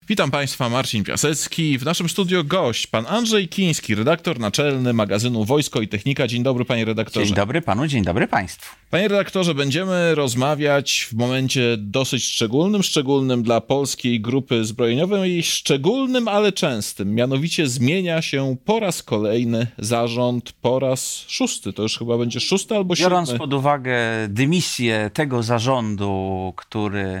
Witam Państwa, Marcin Piasecki. W naszym studio gość, pan Andrzej Kiński, redaktor naczelny magazynu Wojsko i Technika. Dzień dobry, panie redaktorze. Dzień dobry panu, dzień dobry państwu. Panie redaktorze, będziemy rozmawiać w momencie dosyć szczególnym dla polskiej grupy zbrojeniowej, szczególnym, ale częstym. Mianowicie zmienia się po raz kolejny zarząd, po raz szósty. To już chyba będzie szósty albo siódmy. Biorąc pod uwagę dymisję tego zarządu, który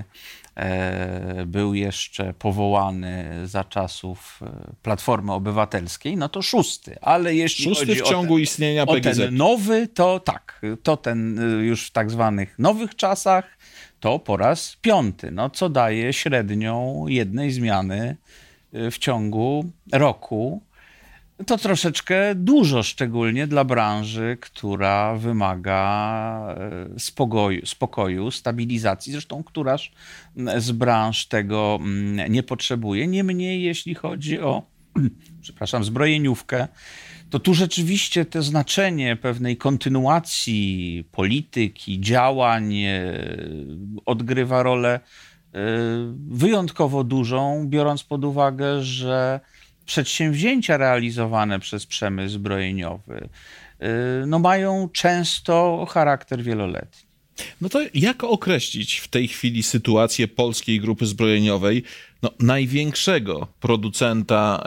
był jeszcze powołany za czasów Platformy Obywatelskiej, no to szósty. Ale jeśli szósty chodzi w ciągu istnienia PGZ. o ten nowy, to tak, to ten już w tak zwanych nowych czasach, to po raz piąty, no co daje średnią jednej zmiany w ciągu roku. To troszeczkę dużo, szczególnie dla branży, która wymaga spokoju, stabilizacji. Zresztą któraż z branż tego nie potrzebuje. Niemniej, jeśli chodzi o, zbrojeniówkę, to tu rzeczywiście to znaczenie pewnej kontynuacji polityki, działań odgrywa rolę wyjątkowo dużą, biorąc pod uwagę, że przedsięwzięcia realizowane przez przemysł zbrojeniowy no mają często charakter wieloletni. No to jak określić w tej chwili sytuację polskiej grupy zbrojeniowej, największego producenta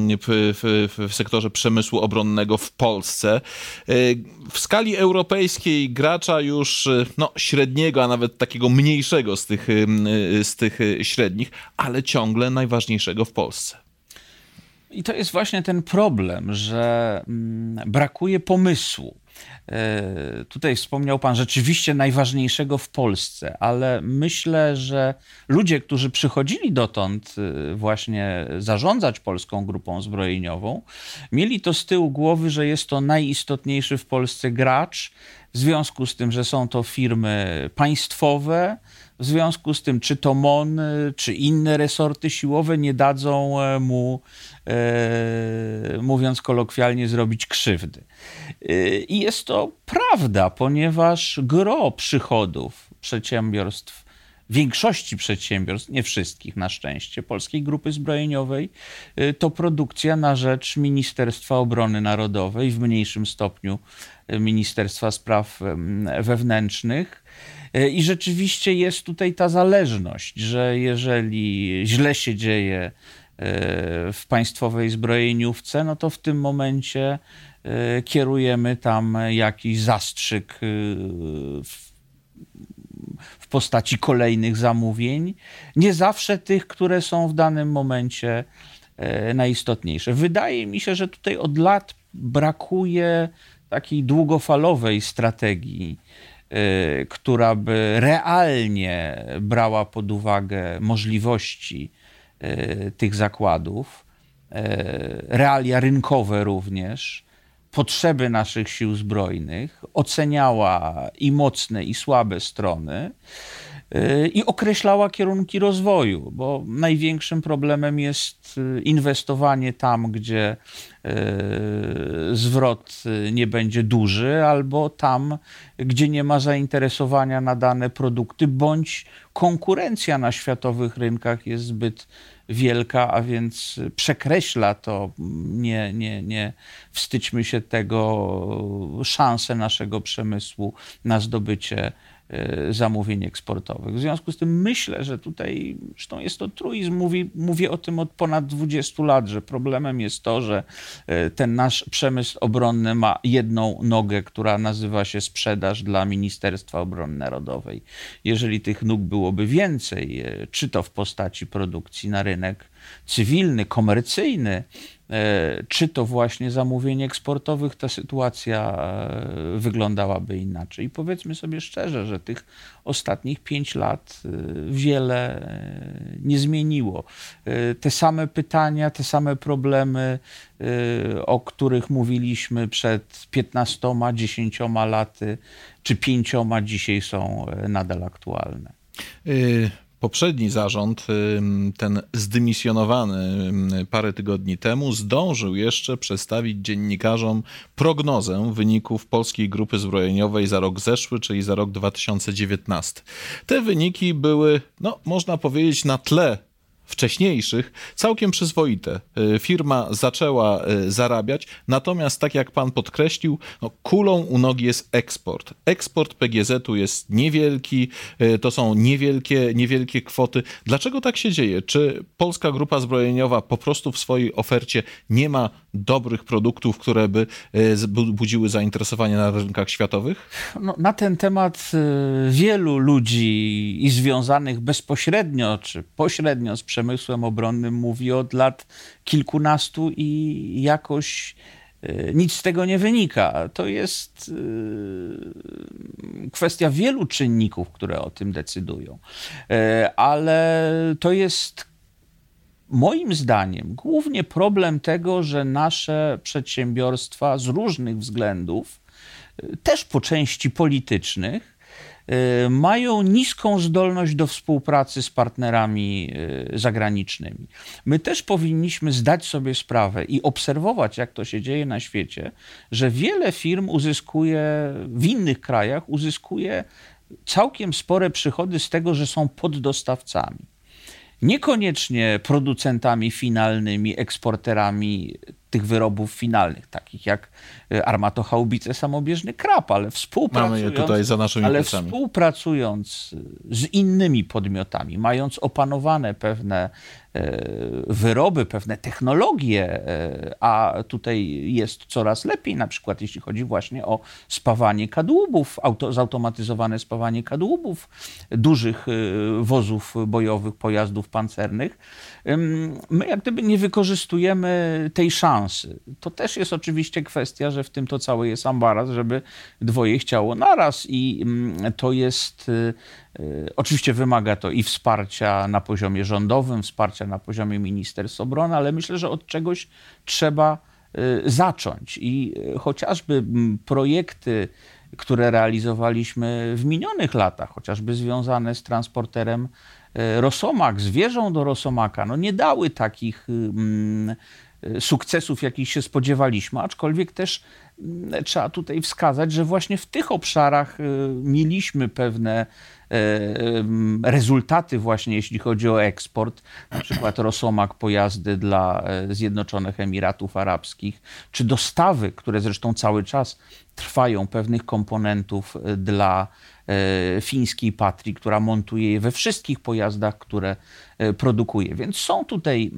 w sektorze przemysłu obronnego w Polsce? W skali europejskiej gracza już średniego, a nawet takiego mniejszego z tych średnich, ale ciągle najważniejszego w Polsce. I to jest właśnie ten problem, że brakuje pomysłu. Tutaj wspomniał pan rzeczywiście najważniejszego w Polsce, ale myślę, że ludzie, którzy przychodzili dotąd właśnie zarządzać polską grupą zbrojeniową, mieli to z tyłu głowy, że jest to najistotniejszy w Polsce gracz, w związku z tym, że są to firmy państwowe, w związku z tym, czy to MON, czy inne resorty siłowe nie dadzą mu, mówiąc kolokwialnie, zrobić krzywdy. I jest to prawda, ponieważ gros przychodów przedsiębiorstw, większości przedsiębiorstw, nie wszystkich na szczęście, Polskiej Grupy Zbrojeniowej, to produkcja na rzecz Ministerstwa Obrony Narodowej, w mniejszym stopniu Ministerstwa Spraw Wewnętrznych. I rzeczywiście jest tutaj ta zależność, że jeżeli źle się dzieje w państwowej zbrojeniówce, no to w tym momencie kierujemy tam jakiś zastrzyk w postaci kolejnych zamówień, nie zawsze tych, które są w danym momencie najistotniejsze. Wydaje mi się, że tutaj od lat brakuje takiej długofalowej strategii, która by realnie brała pod uwagę możliwości tych zakładów, realia rynkowe również, potrzeby naszych sił zbrojnych, oceniała i mocne, i słabe strony i określała kierunki rozwoju, bo największym problemem jest inwestowanie tam, gdzie zwrot nie będzie duży, albo tam, gdzie nie ma zainteresowania na dane produkty, bądź konkurencja na światowych rynkach jest zbyt wielka, a więc przekreśla to, nie wstydźmy się tego, szansę naszego przemysłu na zdobycie zamówień eksportowych. W związku z tym myślę, że tutaj, zresztą jest to truizm, mówię o tym od ponad 20 lat, że problemem jest to, że ten nasz przemysł obronny ma jedną nogę, która nazywa się sprzedaż dla Ministerstwa Obrony Narodowej. Jeżeli tych nóg byłoby więcej, czy to w postaci produkcji na rynek cywilny, komercyjny, czy to właśnie zamówień eksportowych, ta sytuacja wyglądałaby inaczej. I powiedzmy sobie szczerze, że tych ostatnich 5 lat wiele nie zmieniło. Te same pytania, te same problemy, o których mówiliśmy przed 15, 10 laty, czy 5 dzisiaj są nadal aktualne. Poprzedni zarząd, ten zdymisjonowany parę tygodni temu, zdążył jeszcze przedstawić dziennikarzom prognozę wyników Polskiej Grupy Zbrojeniowej za rok zeszły, czyli za rok 2019. Te wyniki były, można powiedzieć, na tle wcześniejszych całkiem przyzwoite. Firma zaczęła zarabiać, natomiast tak jak pan podkreślił, no, kulą u nogi jest eksport. Eksport PGZ-u jest niewielki, to są niewielkie kwoty. Dlaczego tak się dzieje? Czy Polska Grupa Zbrojeniowa po prostu w swojej ofercie nie ma dobrych produktów, które by budziły zainteresowanie na rynkach światowych? No, na ten temat wielu ludzi i związanych bezpośrednio czy pośrednio z przemysłem obronnym mówi od lat kilkunastu i jakoś nic z tego nie wynika. To jest kwestia wielu czynników, które o tym decydują. Ale to jest moim zdaniem głównie problem tego, że nasze przedsiębiorstwa z różnych względów, też po części politycznych, mają niską zdolność do współpracy z partnerami zagranicznymi. My też powinniśmy zdać sobie sprawę i obserwować, jak to się dzieje na świecie, że wiele firm w innych krajach uzyskuje całkiem spore przychody z tego, że są poddostawcami. Niekoniecznie producentami finalnymi, eksporterami tych wyrobów finalnych, takich jak armatochaubice, samobieżny Krab, ale Mamy je tutaj za naszymi plecami. Współpracując z innymi podmiotami, mając opanowane pewne wyroby, pewne technologie, a tutaj jest coraz lepiej, na przykład jeśli chodzi właśnie o spawanie kadłubów, zautomatyzowane spawanie kadłubów dużych wozów bojowych, pojazdów pancernych, my jak gdyby nie wykorzystujemy tej szansy. To też jest oczywiście kwestia, że w tym to cały jest ambaras, żeby dwoje chciało naraz i to jest, oczywiście wymaga to i wsparcia na poziomie rządowym, wsparcia na poziomie Ministerstwa Obrony, ale myślę, że od czegoś trzeba zacząć i chociażby projekty, które realizowaliśmy w minionych latach, chociażby związane z transporterem Rosomak, z wieżą do Rosomaka, no nie dały takich sukcesów, jakich się spodziewaliśmy, aczkolwiek też trzeba tutaj wskazać, że właśnie w tych obszarach mieliśmy pewne rezultaty właśnie jeśli chodzi o eksport, na przykład Rosomak pojazdy dla Zjednoczonych Emiratów Arabskich, czy dostawy, które zresztą cały czas trwają pewnych komponentów dla fińskiej Patrii, która montuje je we wszystkich pojazdach, które produkuje. Więc są tutaj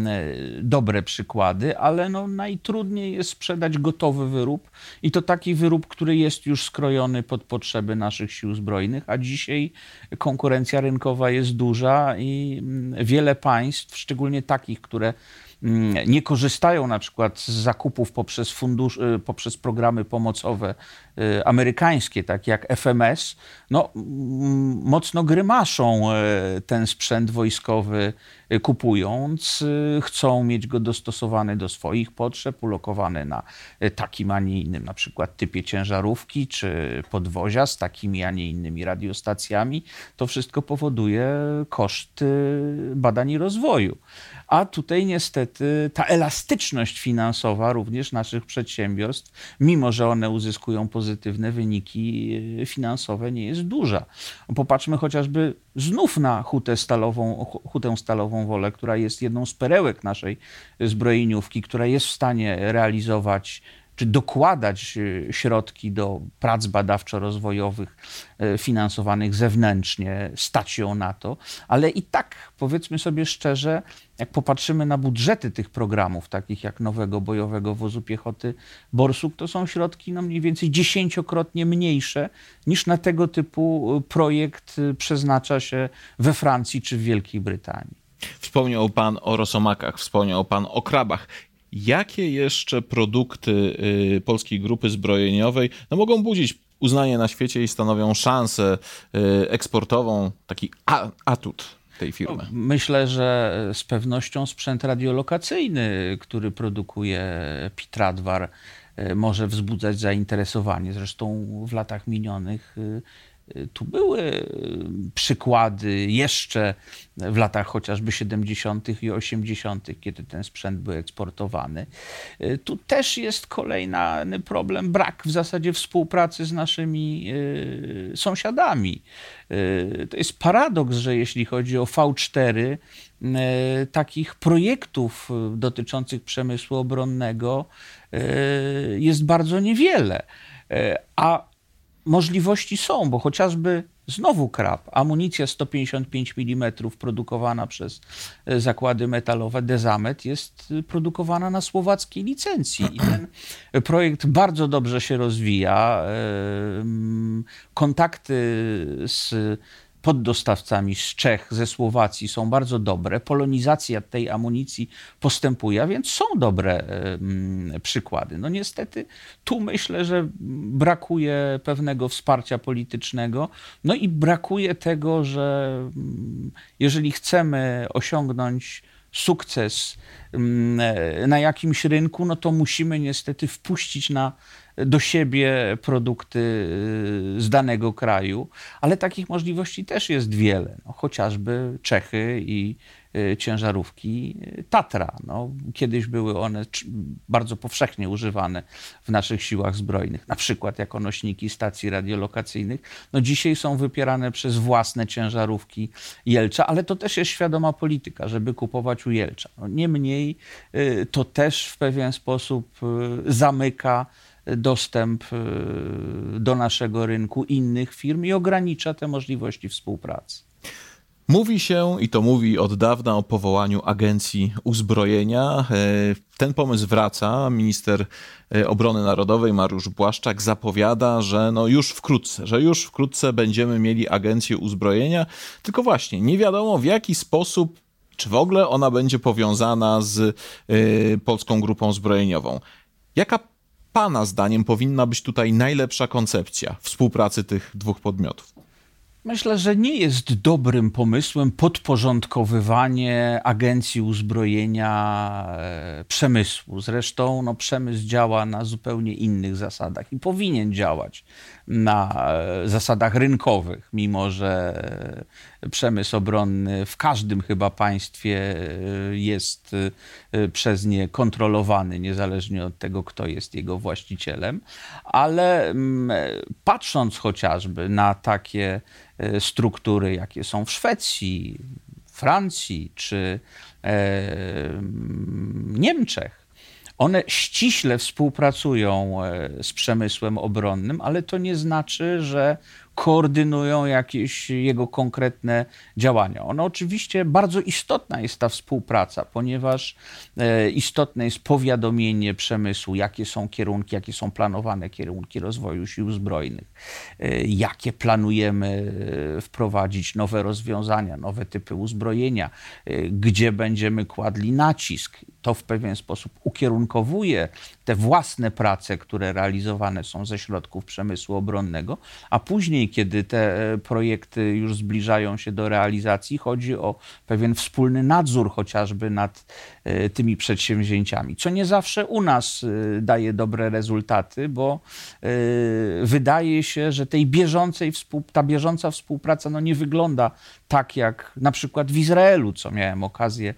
dobre przykłady, ale no najtrudniej jest sprzedać gotowy wyrób i to taki wyrób, który jest już skrojony pod potrzeby naszych sił zbrojnych, a dzisiaj konkurencja rynkowa jest duża i wiele państw, szczególnie takich, które nie korzystają na przykład z zakupów poprzez programy pomocowe amerykańskie, takie jak FMS, no, mocno grymaszą ten sprzęt wojskowy kupując. Chcą mieć go dostosowany do swoich potrzeb, ulokowany na takim, a nie innym na przykład typie ciężarówki czy podwozia z takimi, a nie innymi radiostacjami. To wszystko powoduje koszty badań i rozwoju. A tutaj niestety ta elastyczność finansowa również naszych przedsiębiorstw, mimo że one uzyskują pozytywne wyniki finansowe, nie jest duża. Popatrzmy chociażby znów na Hutę Stalową Wolę, która jest jedną z perełek naszej zbrojeniówki, która jest w stanie realizować czy dokładać środki do prac badawczo-rozwojowych finansowanych zewnętrznie, stać ją na to, ale i tak, powiedzmy sobie szczerze, jak popatrzymy na budżety tych programów, takich jak nowego bojowego wozu piechoty Borsuk, to są środki no mniej więcej 10-krotnie mniejsze niż na tego typu projekt przeznacza się we Francji czy w Wielkiej Brytanii. Wspomniał pan o Rosomakach, wspomniał pan o Krabach. Jakie jeszcze produkty Polskiej Grupy Zbrojeniowej no, mogą budzić uznanie na świecie i stanowią szansę eksportową, taki atut tej firmy? Myślę, że z pewnością sprzęt radiolokacyjny, który produkuje Pitradwar, może wzbudzać zainteresowanie. Zresztą w latach minionych Tu były przykłady jeszcze w latach chociażby 70. i 80., kiedy ten sprzęt był eksportowany. Tu też jest kolejny problem, brak w zasadzie współpracy z naszymi sąsiadami. To jest paradoks, że jeśli chodzi o V4, takich projektów dotyczących przemysłu obronnego jest bardzo niewiele, a możliwości są, bo chociażby znowu krab, amunicja 155 mm produkowana przez zakłady metalowe Dezamet jest produkowana na słowackiej licencji i ten projekt bardzo dobrze się rozwija. Kontakty z poddostawcami z Czech, ze Słowacji są bardzo dobre. Polonizacja tej amunicji postępuje, a więc są dobre przykłady. No niestety tu myślę, że brakuje pewnego wsparcia politycznego, no i brakuje tego, że jeżeli chcemy osiągnąć sukces na jakimś rynku, no to musimy niestety wpuścić do siebie produkty z danego kraju, ale takich możliwości też jest wiele. No, chociażby Czechy i ciężarówki Tatra. No, kiedyś były one bardzo powszechnie używane w naszych siłach zbrojnych, na przykład jako nośniki stacji radiolokacyjnych. No, dzisiaj są wypierane przez własne ciężarówki Jelcza, ale to też jest świadoma polityka, żeby kupować u Jelcza. No, niemniej to też w pewien sposób zamyka dostęp do naszego rynku innych firm i ogranicza te możliwości współpracy. Mówi się, i to mówi od dawna, o powołaniu Agencji Uzbrojenia. Ten pomysł wraca. Minister Obrony Narodowej Mariusz Błaszczak zapowiada, że już wkrótce będziemy mieli Agencję Uzbrojenia. Tylko właśnie nie wiadomo, w jaki sposób, czy w ogóle ona będzie powiązana z Polską Grupą Zbrojeniową. Jaka Pana zdaniem powinna być tutaj najlepsza koncepcja współpracy tych dwóch podmiotów? Myślę, że nie jest dobrym pomysłem podporządkowywanie Agencji Uzbrojenia przemysłu. Zresztą przemysł działa na zupełnie innych zasadach i powinien działać na zasadach rynkowych, mimo że przemysł obronny w każdym chyba państwie jest przez nie kontrolowany, niezależnie od tego, kto jest jego właścicielem. Ale patrząc chociażby na takie struktury, jakie są w Szwecji, Francji czy Niemczech, one ściśle współpracują z przemysłem obronnym, ale to nie znaczy, że koordynują jakieś jego konkretne działania. Oczywiście bardzo istotna jest ta współpraca, ponieważ istotne jest powiadomienie przemysłu, jakie są kierunki, jakie są planowane kierunki rozwoju sił zbrojnych, jakie planujemy wprowadzić nowe rozwiązania, nowe typy uzbrojenia, gdzie będziemy kładli nacisk. To w pewien sposób ukierunkowuje te własne prace, które realizowane są ze środków przemysłu obronnego, a później, kiedy te projekty już zbliżają się do realizacji, chodzi o pewien wspólny nadzór chociażby nad tymi przedsięwzięciami, co nie zawsze u nas daje dobre rezultaty, bo wydaje się, że ta bieżąca współpraca nie wygląda tak jak na przykład w Izraelu, co miałem okazję,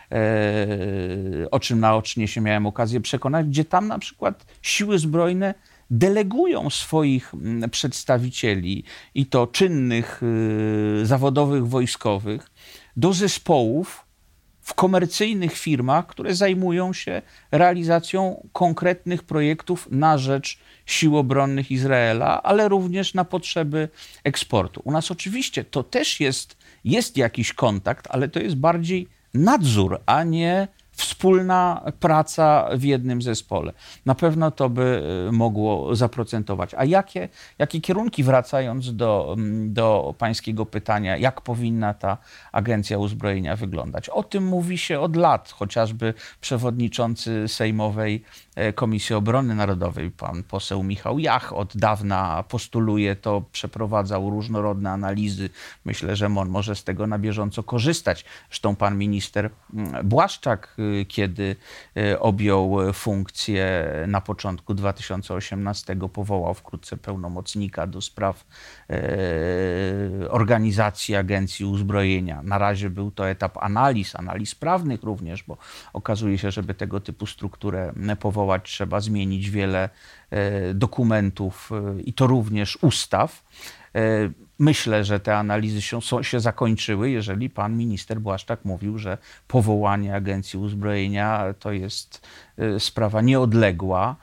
o czym naocznie się miałem okazję przekonać, gdzie tam na przykład siły zbrojne delegują swoich przedstawicieli, i to czynnych, zawodowych wojskowych, do zespołów w komercyjnych firmach, które zajmują się realizacją konkretnych projektów na rzecz sił obronnych Izraela, ale również na potrzeby eksportu. U nas oczywiście to też jest jakiś kontakt, ale to jest bardziej nadzór, a nie wspólna praca w jednym zespole. Na pewno to by mogło zaprocentować. A jakie kierunki, wracając do pańskiego pytania, jak powinna ta Agencja Uzbrojenia wyglądać? O tym mówi się od lat. Chociażby przewodniczący Sejmowej Komisji Obrony Narodowej, pan poseł Michał Jach, od dawna postuluje to, przeprowadzał różnorodne analizy. Myślę, że on może z tego na bieżąco korzystać. Zresztą pan minister Błaszczak kiedy objął funkcję na początku 2018, powołał wkrótce pełnomocnika do spraw organizacji Agencji Uzbrojenia. Na razie był to etap analiz prawnych również, bo okazuje się, żeby tego typu strukturę powołać, trzeba zmienić wiele dokumentów i to również ustaw. Myślę, że te analizy się zakończyły, jeżeli pan minister Błaszczak mówił, że powołanie Agencji Uzbrojenia to jest sprawa nieodległa.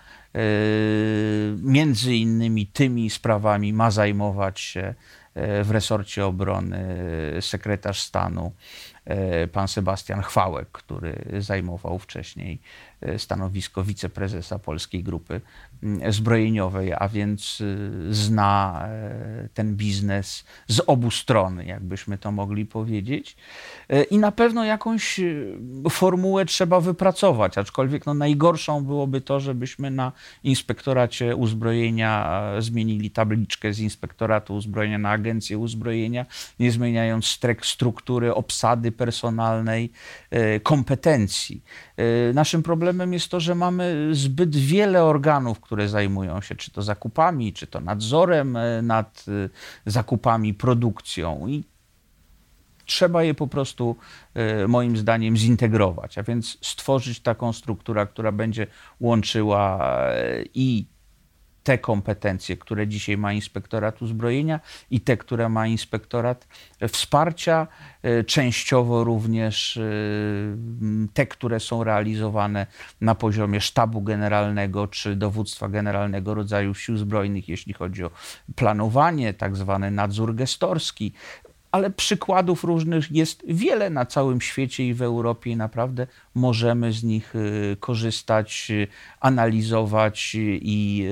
Między innymi tymi sprawami ma zajmować się w resorcie obrony sekretarz stanu pan Sebastian Chwałek, który zajmował wcześniej stanowisko wiceprezesa Polskiej Grupy Zbrojeniowej, a więc zna ten biznes z obu stron, jakbyśmy to mogli powiedzieć. I na pewno jakąś formułę trzeba wypracować, aczkolwiek najgorszą byłoby to, żebyśmy na Inspektoracie Uzbrojenia zmienili tabliczkę z Inspektoratu Uzbrojenia na Agencję Uzbrojenia, nie zmieniając struktury, obsady personalnej, kompetencji. Naszym problemem jest to, że mamy zbyt wiele organów, które zajmują się czy to zakupami, czy to nadzorem nad zakupami, produkcją i trzeba je po prostu moim zdaniem zintegrować, a więc stworzyć taką strukturę, która będzie łączyła i te kompetencje, które dzisiaj ma Inspektorat Uzbrojenia i te, które ma Inspektorat Wsparcia, częściowo również te, które są realizowane na poziomie Sztabu Generalnego czy Dowództwa Generalnego Rodzajów Sił Zbrojnych, jeśli chodzi o planowanie, tak zwany nadzór gestorski. Ale przykładów różnych jest wiele na całym świecie i w Europie i naprawdę możemy z nich korzystać, analizować i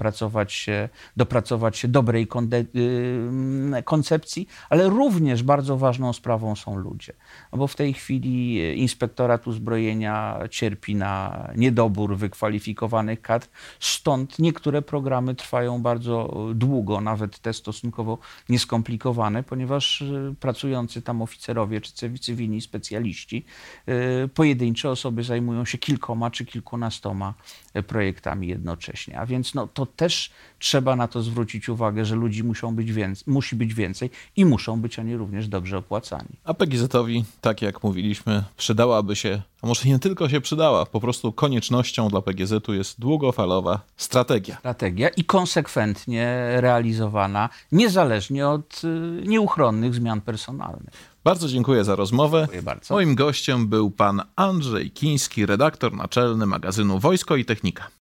dopracować się dobrej koncepcji, ale również bardzo ważną sprawą są ludzie. No bo w tej chwili Inspektorat Uzbrojenia cierpi na niedobór wykwalifikowanych kadr, stąd niektóre programy trwają bardzo długo, nawet te stosunkowo nieskomplikowane, ponieważ pracujący tam oficerowie czy cywilni specjaliści, pojedyncze osoby zajmują się kilkoma czy kilkunastoma projektami jednocześnie. A więc to też trzeba na to zwrócić uwagę, że ludzi musi być więcej i muszą być oni również dobrze opłacani. A PGZ-owi, tak jak mówiliśmy, przydałaby się, a może nie tylko się przydała, po prostu koniecznością dla PGZ-u jest długofalowa strategia. Strategia i konsekwentnie realizowana, niezależnie od nieuchronnych zmian personalnych. Bardzo dziękuję za rozmowę. Dziękuję bardzo. Moim gościem był pan Andrzej Kiński, redaktor naczelny magazynu Wojsko i Technika.